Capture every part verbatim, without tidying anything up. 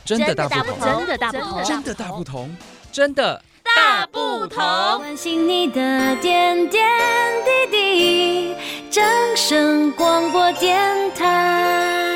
真的大不同， 真的大不同， 真的大不同，真的大不同。关心你的点点滴滴，掌声广播电台。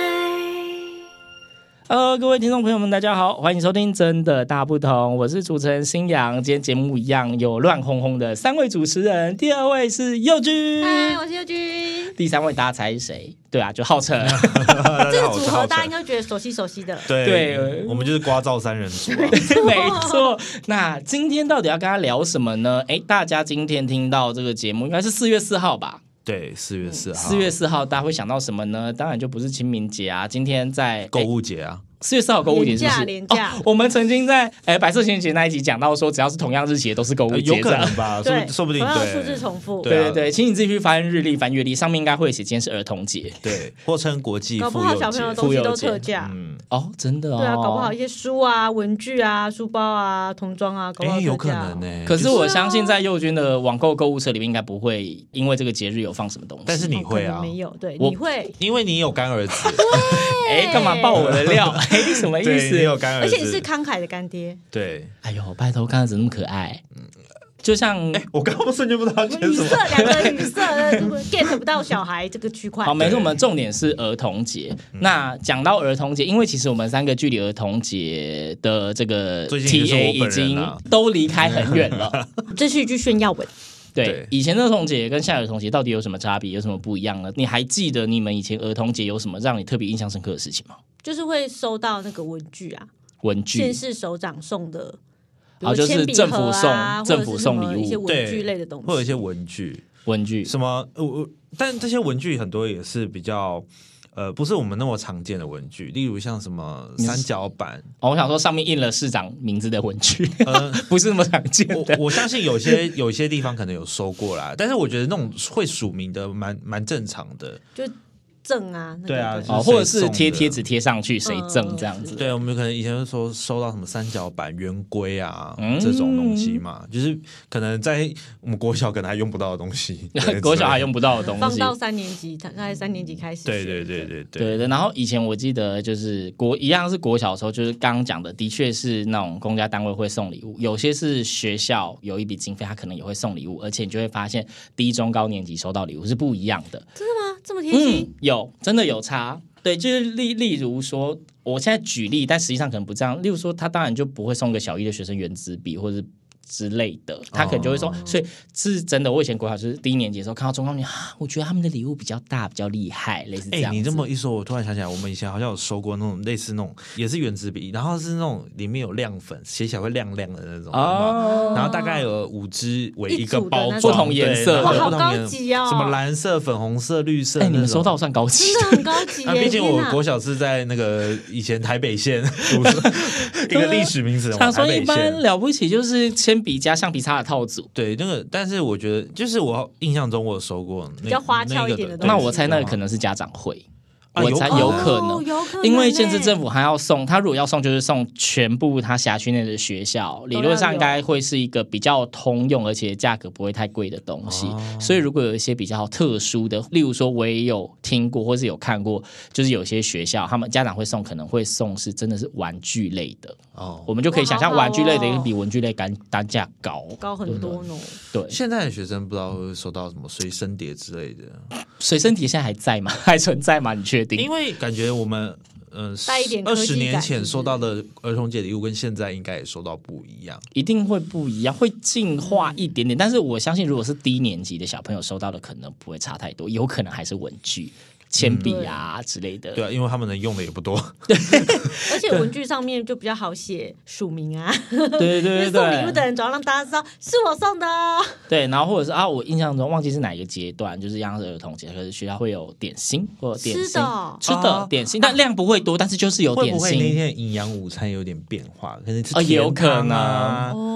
Hello， 各位听众朋友们，大家好，欢迎收听《真的大不同》，我是主持人新阳。今天节目一样有乱哄哄的三位主持人，第二位是佑君， 嗨，我是佑君。 第三位大家猜是谁？对啊，就浩辰。 这个组合大家应该觉得熟悉熟悉的。 对， 对我们就是呱噪三人组、啊。 没错。那今天到底要跟他聊什么呢？哎，大家今天听到这个节目应该是四月四号吧？ 对，四月四号。 四月四号，大家会想到什么呢？当然就不是清明节啊，今天在购物节啊。 四月四号购物节是不是？ 廉价、 哦，我们曾经在哎白色情人节那一集讲到说，只要是同样日期的都是购物节、 呃，有可能吧？ 对， 说不定同样的数字重复。 对对对，请你自己去翻日历、翻月历，上面应该会写今天是儿童节， 对，或称国际妇幼节。 搞不好小朋友的东西都特价。 嗯， 哦，真的哦。 对啊，搞不好一些书啊、文具啊、书包啊、童装啊，搞不好特价、哦。 有可能呢、欸。 可是我相信在佑君的网购购物车里面，应该不会因为这个节日有放什么东西。 但是你会啊？ 没有，对，你会， 因为你有干儿子。 哎，干嘛爆我的料？哎，什么意思？ 你有干儿子， 而且你是慷慨的干爹。 对， 哎呦，拜托，干儿子那么可爱。就像、 欸、我刚刚瞬间不知道讲什么， 语塞两个语塞 get 不到小孩这个区块。 好，没错，我们重点是儿童节。那讲到儿童节，因为其实我们三个距离儿童节的这个 T A 已经都离开很远了。 这是一句炫耀文。 对， 对以前的儿童节跟现在儿童节到底有什么差别，有什么不一样呢？你还记得你们以前儿童节有什么让你特别印象深刻的事情吗？ 就是会收到那个文具啊， 文具， 县市首长送的。 啊，就是政府送，政府送礼物， 一些文具类的东西， 会有一些文具， 文具什么？呃，但这些文具很多也是比较，呃，不是我们那么常见的文具，例如像什么三角板。 哦，我想说上面印了市长名字的文具，呃，不是那么常见的。 我, 我相信有些有些地方可能有收过啦，但是我觉得那种会署名的蛮蛮正常的。 就赠啊， 对啊， 哦，或者是贴贴纸贴上去，谁赠这样子。 对，我们可能以前说收到什么三角板、圆规啊、嗯、这种东西嘛，就是可能在我们国小可能还用不到的东西， 国小还用不到的东西， 放到三年级，大概三年级开始。 对对对对对对对。然后以前我记得就是国一样是国小的时候，就是刚刚讲的，的确是那种公家单位会送礼物，有些是学校有一笔经费，他可能也会送礼物，而且你就会发现低中高年级收到礼物是不一样的。 真的吗？这么贴心？ 嗯，有，真的有差。对，就是例例如说，我现在举例，但实际上可能不这样。例如说，他当然就不会送个小一的学生原子笔，或者之类的，他可能就会送，哦、所以是真的。我以前国小就是低一年级的时候看到中高年，啊，我觉得他们的礼物比较大，比较厉害，类似这样子。 哎、欸，你这么一说，我突然想起来，我们以前好像有收过那种类似那种，也是原子笔，然后是那种里面有亮粉，写起来会亮亮的那种，哦，然后大概有五支为一个包装， 不同颜色， 哇，好高级哦！ 什么蓝色、粉红色、绿色，哎、 欸，你们收到算高级， 真的很高级耶。 啊，毕竟我国小是在那个以前台北县读一个历史名词， 想说一般了不起就是铅笔加橡皮擦。套组对那个，但是我觉得就是我印象中我有收过比较花俏一点的东西， 那我猜那个可能是家长会。 啊、 我猜有可能， 哦、有可能因为县市政府还要送，他如果要送，就是送全部他辖区内的学校，理论上应该会是一个比较通用，而且价格不会太贵的东西。哦、所以如果有一些比较特殊的，例如说我也有听过或是有看过，就是有些学校他们家长会送，可能会送是真的是玩具类的。哦，我们就可以想象玩具类的一个比文具类单单价高高很多呢。 对， 现在的学生不知道会收到什么随身碟之类的。 随身碟现在还在吗？还存在吗？你确定？ 因为感觉我们呃二十年前收到的儿童节礼物跟现在应该也收到不一样， 一定会不一样，会进化一点点。但是我相信，如果是低年级的小朋友收到的，可能不会差太多，有可能还是文具。铅笔啊、嗯、之类的， 对啊，因为他们能用的也不多， 对，而且文具上面就比较好写署名啊， 对对对对， 送礼物的人总要让大家知道是我送的哦。 对，然后或者是啊，我印象中忘记是哪一个阶段，就是一样是儿童节，可是学校会有点心或者点心吃的吃的、哦、点心，但量不会多，但是就是有点心。 会不会那天营养午餐有点变化？可能是哦，有可能啊。 哦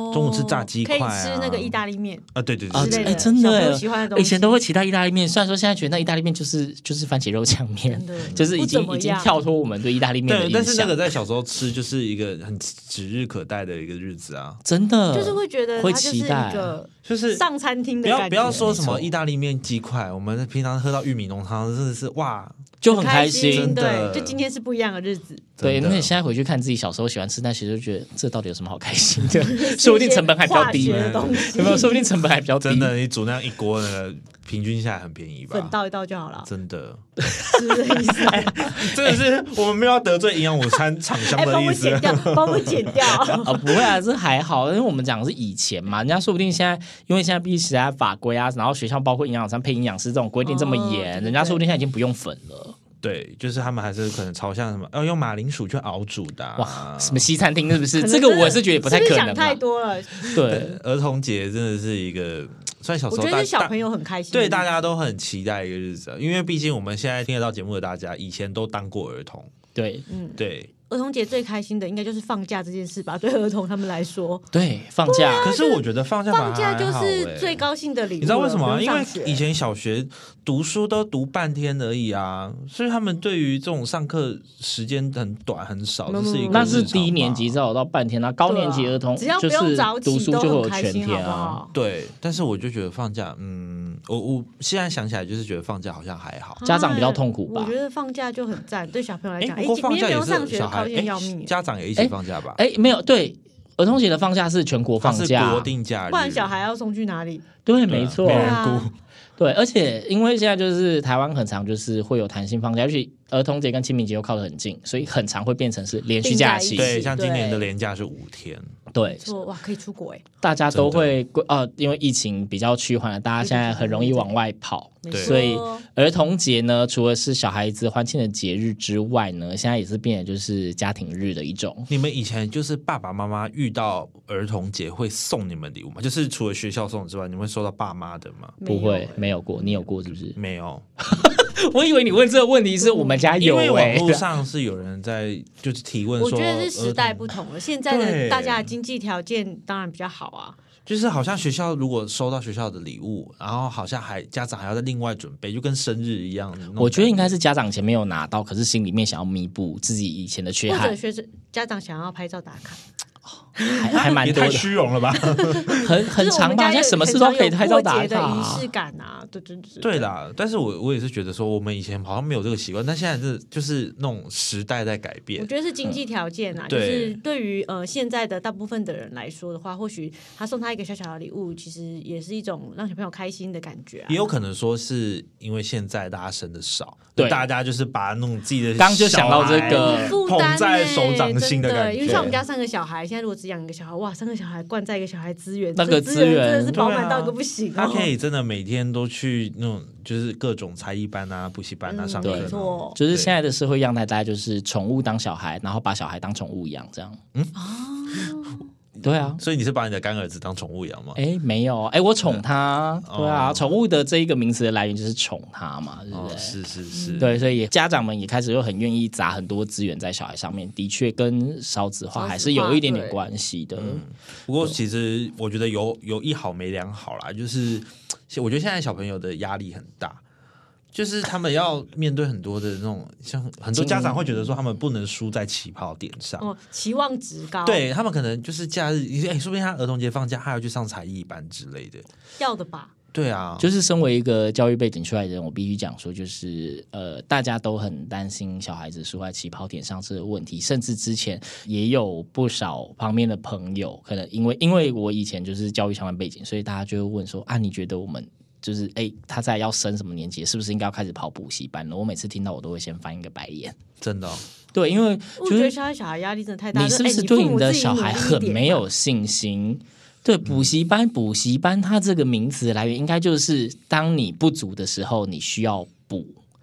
哦， 中午吃炸鸡块、啊， 可以吃那个意大利面啊，对对对啊， 对哎，真的小朋友喜欢的东西以前都会期待意大利面，虽然说现在觉得那意大利面就是就是番茄肉酱面，就是已经已经跳脱我们对意大利面的印象。 对，但是那个在小时候吃就是一个很指日可待的一个日子啊， 真的就是会觉得它就是一个就是上餐厅的感觉。 不要不要说什么意大利面鸡块，我们平常喝到玉米浓汤真的是哇。 就很开心， 真的， 对，就今天是不一样的日子。 对，因为现在回去看自己小时候喜欢吃，但其实就觉得这到底有什么好开心的？说不定成本还比较低， 有没有？说不定成本还比较低。 真的，你煮那样一锅，那个平均下来很便宜吧？ 粉倒一倒就好了。 真的， 是不是这意思？ 真的是我们没有要得罪营养午餐厂商的意思。 帮我剪掉，帮我剪掉。 啊，不会啊，这还好，因为我们讲的是以前嘛，人家说不定现在，因为现在毕竟时代法规啊，然后学校包括营养午餐配营养师这种规定这么严，人家说不定现在已经不用粉了。 对，就是他们还是可能朝向什么要用马铃薯去熬煮的、啊， 哇，什么西餐厅是不是？这个我是觉得不太可能、啊， 是不是想太多了。 对， 儿童节真的是一个，虽然小时候我觉得是小朋友很开心， 对大家都很期待一个日子，因为毕竟我们现在听得到节目的大家，以前都当过儿童， 对， 嗯， 对。 儿童节最开心的应该就是放假这件事吧，对儿童他们来说， 对，放假。 啊、可是我觉得放假放假就是最高兴的礼物。 你知道为什么吗？因为以前小学读书都读半天而已啊，所以他们对于这种上课时间很短很少，这是一个那是低年级至少到半天啊，高年级儿童只要不用早起读书就会有全天啊。 好好对，但是我就觉得放假，嗯，我我现在想起来就是觉得放假好像还好， 家长比较痛苦吧？ 我觉得放假就很赞，对小朋友来讲， 哎，不过放假也是小孩， 哎，要命。 家长也一起放假吧？ 哎，没有，对，儿童节的放假是全国放假， 是国定假日， 不然小孩要送去哪里？ 对，没错， 没人顾。 对，而且因为现在就是台湾很常就是会有弹性放假，尤其儿童节跟清明节又靠得很近，所以很常会变成是连续假期。 对，像今年的连假是五天。 对， 哇，可以出国哎！ 大家都会呃，因为疫情比较趋缓了，大家现在很容易往外跑，所以儿童节呢，除了是小孩子欢庆的节日之外呢，现在也是变得就是家庭日的一种。 你们以前就是爸爸妈妈遇到儿童节会送你们礼物吗？就是除了学校送之外，你们会收到爸妈的吗？ 不会，没有过。你有过是不是？ 没有。 我以为你问这个问题是我们家有、欸， 因为网络上是有人在就是提问说， 我觉得是时代不同了，现在的大家的经济条件当然比较好啊。 就是好像学校如果收到学校的礼物，然后好像还家长还要再另外准备，就跟生日一样。 我觉得应该是家长钱没有拿到，可是心里面想要弥补自己以前的缺憾， 或者学生家长想要拍照打卡。 还还蛮多的， 也太虚荣了吧？ 很很长吧，现在什么事都可以拍照打卡， 的仪式感啊，对对对。 对啦，但是我我也是觉得说，我们以前好像没有这个习惯，但现在是就是那种时代在改变。 我觉得是经济条件啊， 嗯、 就是对于呃现在的大部分的人来说的话，或许他送他一个小小的礼物，其实也是一种让小朋友开心的感觉、啊。 也有可能说是因为现在大家生的少， 对， 大家就是把那种自己的刚就想到这个捧在手掌心的感觉。 因为像我们家三个小孩，现在如果只养一个小孩，哇，三个小孩灌在一个小孩资源， 那个资源真的是饱满到一个不行、哦啊。他可以真的每天都去那种就是各种才艺班啊、补习班啊、嗯、上课。 没错， 就是现在的社会样态，大概就是宠物当小孩，然后把小孩当宠物养这样。嗯哦。对啊， 所以你是把你的干儿子当宠物养吗？ 哎，没有，哎，我宠他。对啊，宠物的这一个名词的来源就是宠他嘛，对不对？ 哦、是是是， 对，所以家长们也开始又很愿意砸很多资源在小孩上面，的确跟少子化还是有一点点关系的。 嗯、不过其实我觉得有有一好没两好啦，就是我觉得现在小朋友的压力很大。就是他们要面对很多的那种，像很多家长会觉得说他们不能输在起跑点上， 哦，期望值高， 对他们可能就是假日，哎，说不定他儿童节放假，他要去上才艺班之类的， 要的吧？ 对啊， 就是身为一个教育背景出来的人，我必须讲说，就是呃，大家都很担心小孩子输在起跑点上这个问题，甚至之前也有不少旁边的朋友，可能因为因为我以前就是教育相关背景，所以大家就会问说啊，你觉得我们？就是哎、欸，他在要升什么年级，是不是应该要开始跑补习班了？我每次听到我都会先翻一个白眼， 真的、哦。 对，因为我觉得小孩小孩压力真的太大。 你是不是对你的小孩很没有信心？对，补习班，补习班，它这个名词的来源应该就是当你不足的时候，你需要补。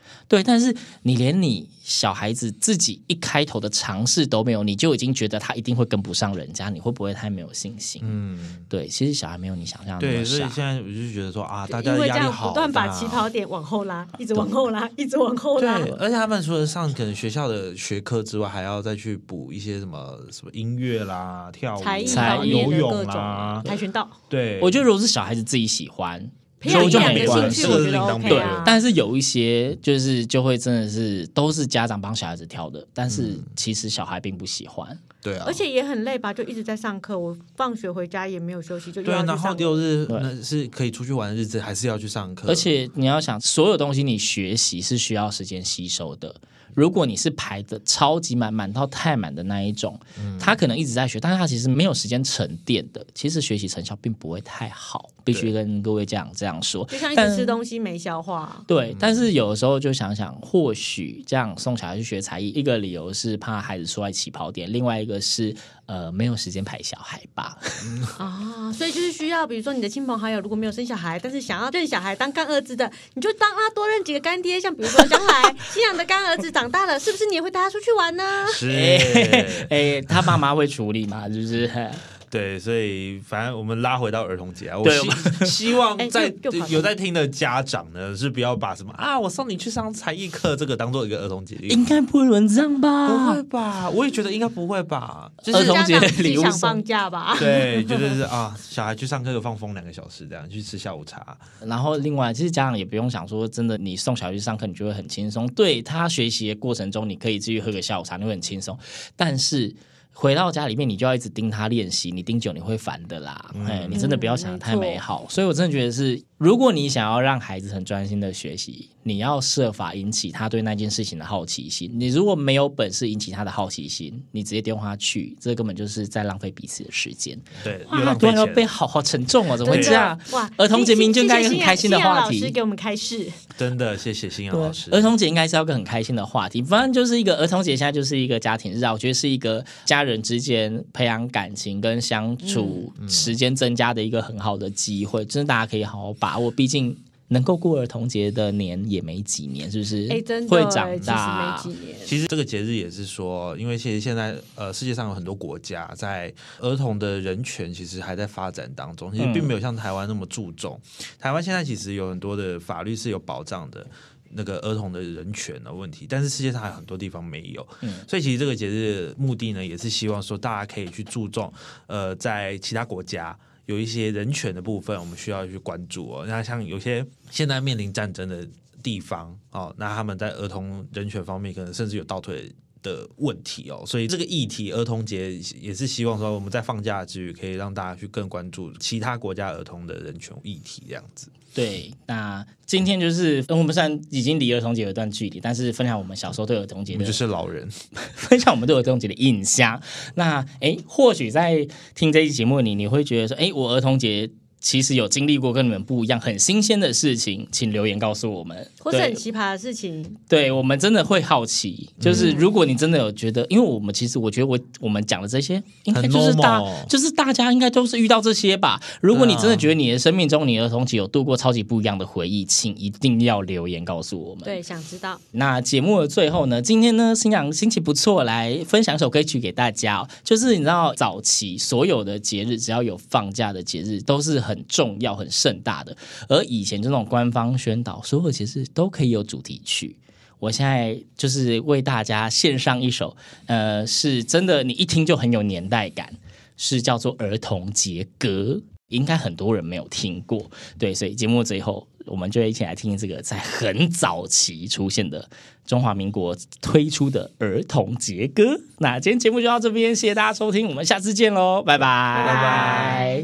对，但是你连你小孩子自己一开头的尝试都没有，你就已经觉得他一定会跟不上人家，你会不会太没有信心？嗯，对，其实小孩没有你想象的那么对，所以傻。 现在我就觉得说啊，大家因为的压力好大， 这样不断把起跑点往后拉，一直往后拉，一直往后拉。 对，而且他们除了上可能学校的学科之外，还要再去补一些什么什么音乐啦、跳舞、 才艺才方面游泳的各种啦， 跆拳道， 对， 我觉得如果是小孩子自己喜欢， 培养一就两个没关系兴趣，我觉得 OK 对啊。， 但是有一些就是就会真的是都是家长帮小孩子挑的，但是其实小孩并不喜欢。 对啊， 而且也很累吧，就一直在上课。我放学回家也没有休息，就又对， 要去然后上课。 六日对那是可以出去玩的日子，还是要去上课， 而且你要想，所有东西你学习是需要时间吸收的。如果你是排的超级满，满到太满的那一种， 嗯他可能一直在学，但是他其实没有时间沉淀的，其实学习成效并不会太好。必须跟各位家长这样说。 就像一但直吃东西没消化。 对，但是有的时候就想想，或许这样送小孩去学才艺，一个理由是怕孩子输在起跑点，另外一个是呃没有时间陪小孩吧。 啊，所以就是需要，比如说你的亲朋好友如果没有生小孩，但是想要认小孩当干儿子的，你就当他多认几个干爹，像比如说将来新养的干儿子长大了，是不是你也会带他出去玩呢？ 是， 哎，他妈妈会处理嘛？是不是？ 对，所以反正我们拉回到儿童节啊，我对希希望哎在又又跑题有在听的家长呢，是不要把什么啊，我送你去上才艺课这个当做一个儿童节礼物。 应该不会有人这样吧？ 不会吧？我也觉得应该不会吧。就是儿童节家长自己礼物想送放假吧？ 对，就是啊，小孩去上课放风两个小时，这样去吃下午茶。 然后另外，其实家长也不用想说，真的你送小孩去上课，你就会很轻松。对他学习的过程中，你可以继续喝个下午茶，你会很轻松。但是回到家里面，你就要一直盯他练习，你盯久你会烦的啦。哎、 嗯你真的不要想的太美好。所以我真的觉得是，如果你想要让孩子很专心的学习，你要设法引起他对那件事情的好奇心。你如果没有本事引起他的好奇心，你直接丢他去，这根本就是在浪费彼此的时间。 对，又哇， 浪费突然要被钱， 好好沉重哦，怎么会真这样的？哇， 儿童节明就应该有很开心的话题谢谢新阳老师给我们开示。 真的谢谢新阳老师。 儿童节应该是要个很开心的话题，反正就是一个儿童节，现在就是一个家庭日啊，我觉得是一个家人之间培养感情跟相处时间增加的一个很好的机会，真的大家可以好好把握，毕竟能够过儿童节的年也没几年，是不是？ 哎，真的会长其实大没。几年。 其实这个节日也是说，因为其实现在呃世界上有很多国家在儿童的人权其实还在发展当中，其实并没有像台湾那么注重。台湾现在其实有很多的法律是有保障的。那个儿童的人权的问题，但是世界上还有很多地方没有，嗯、所以其实这个节日的目的呢，也是希望说大家可以去注重，呃，在其他国家有一些人权的部分，我们需要去关注哦。那像有些现在面临战争的地方哦，那他们在儿童人权方面可能甚至有倒退的问题哦，所以这个议题儿童节也是希望说我们在放假之余可以让大家去更关注其他国家儿童的人权议题这样子。 对，那今天就是我们虽然已经离儿童节有一段距离，但是分享我们小时候对儿童节的， 我们就是老人， 分享我们对儿童节的印象。那哎，或许在听这期节目里，你会觉得说，哎，我儿童节其实有经历过跟你们不一样很新鲜的事情，请留言告诉我们， 或是很奇葩的事情， 对我们真的会好奇。就是如果你真的有觉得，因为我们其实我觉得我我们讲的这些，应该就是大就是大家应该都是遇到这些吧。如果你真的觉得你的生命中你儿童节有度过超级不一样的回忆，请一定要留言告诉我们。 对，想知道。 那节目的最后呢，今天呢，新阳心情不错，来分享一首歌曲给大家哦。就是你知道，早期所有的节日，只要有放假的节日，都是很重要、很盛大的。而以前这种官方宣导，所有节日都可以有主题曲。我现在就是为大家献上一首，呃，是真的，你一听就很有年代感，是叫做《儿童节歌》。应该很多人没有听过，对，所以节目最后我们就一起来听这个在很早期出现的中华民国推出的儿童节歌。那今天节目就到这边，谢谢大家收听，我们下次见喽，拜拜，拜拜。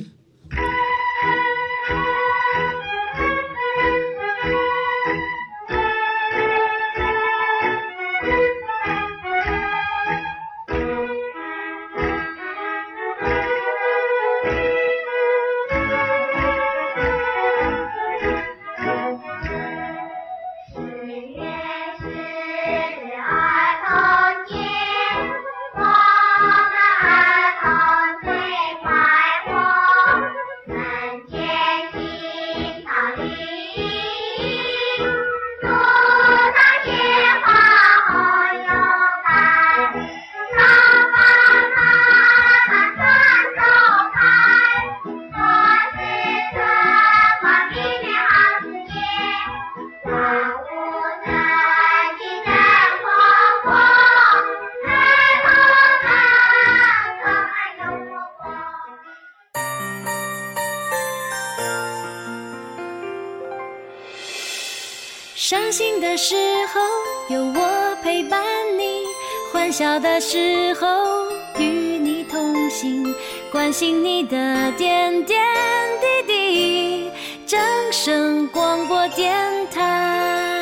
我们儿童最快活。 伤心的时候有我陪伴你，欢笑的时候与你同行，关心你的点点滴滴。正声广播电台。